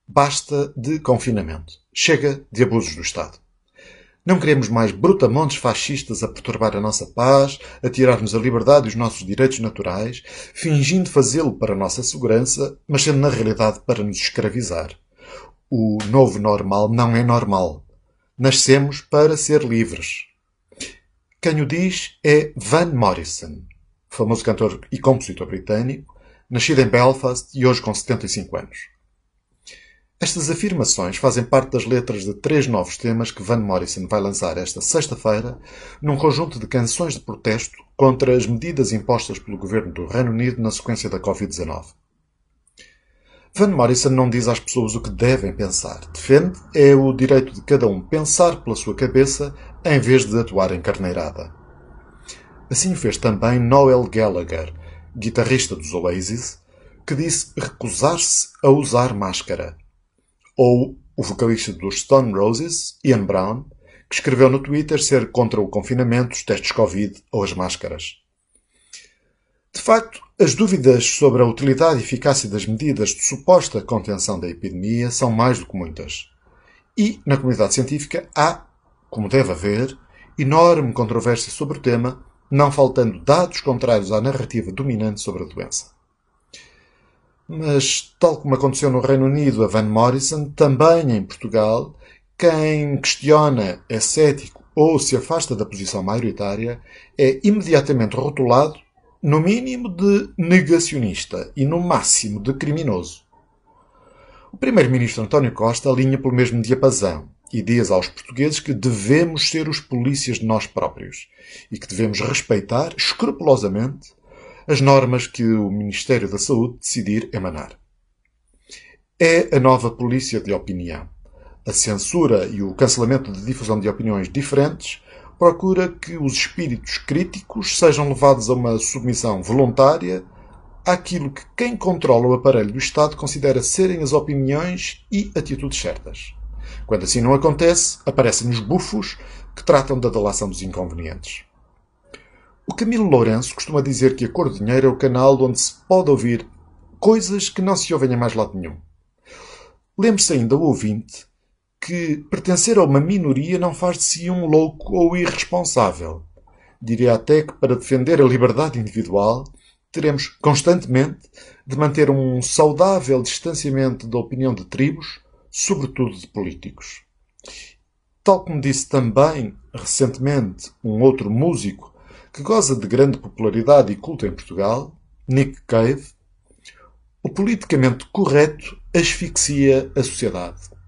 Basta de confinamento. Chega de abusos do Estado. Não queremos mais brutamontes fascistas a perturbar a nossa paz, a tirar-nos a liberdade e os nossos direitos naturais, fingindo fazê-lo para a nossa segurança, mas sendo na realidade para nos escravizar. O novo normal não é normal. Nascemos para ser livres. Quem o diz é Van Morrison, famoso cantor e compositor britânico, nascido em Belfast e hoje com 75 anos. Estas afirmações fazem parte das letras de 3 novos temas que Van Morrison vai lançar esta sexta-feira num conjunto de canções de protesto contra as medidas impostas pelo governo do Reino Unido na sequência da Covid-19. Van Morrison não diz às pessoas o que devem pensar. Defende o direito de cada um pensar pela sua cabeça em vez de atuar em carneirada. Assim fez também Noel Gallagher, guitarrista dos Oasis, que disse recusar-se a usar máscara. Ou o vocalista dos Stone Roses, Ian Brown, que escreveu no Twitter ser contra o confinamento, os testes Covid ou as máscaras. De facto, as dúvidas sobre a utilidade e eficácia das medidas de suposta contenção da epidemia são mais do que muitas. E, na comunidade científica, há, como deve haver, enorme controvérsia sobre o tema, não faltando dados contrários à narrativa dominante sobre a doença. Mas, tal como aconteceu no Reino Unido a Van Morrison, também em Portugal, quem questiona, é cético ou se afasta da posição maioritária é imediatamente rotulado, no mínimo de negacionista e no máximo de criminoso. O primeiro-ministro António Costa alinha pelo mesmo diapasão e diz aos portugueses que devemos ser os polícias de nós próprios e que devemos respeitar escrupulosamente as normas que o Ministério da Saúde decidir emanar. É a nova polícia de opinião. A censura e o cancelamento de difusão de opiniões diferentes procura que os espíritos críticos sejam levados a uma submissão voluntária àquilo que quem controla o aparelho do Estado considera serem as opiniões e atitudes certas. Quando assim não acontece, aparecem os bufos que tratam da delação dos inconvenientes. O Camilo Lourenço costuma dizer que a Cor do Dinheiro é o canal onde se pode ouvir coisas que não se ouvem em mais lado nenhum. Lembre-se ainda o ouvinte que pertencer a uma minoria não faz de si um louco ou irresponsável. Diria até que para defender a liberdade individual teremos constantemente de manter um saudável distanciamento da opinião de tribos, sobretudo de políticos. Tal como disse também recentemente um outro músico que goza de grande popularidade e culto em Portugal, Nick Cave, o politicamente correto asfixia a sociedade.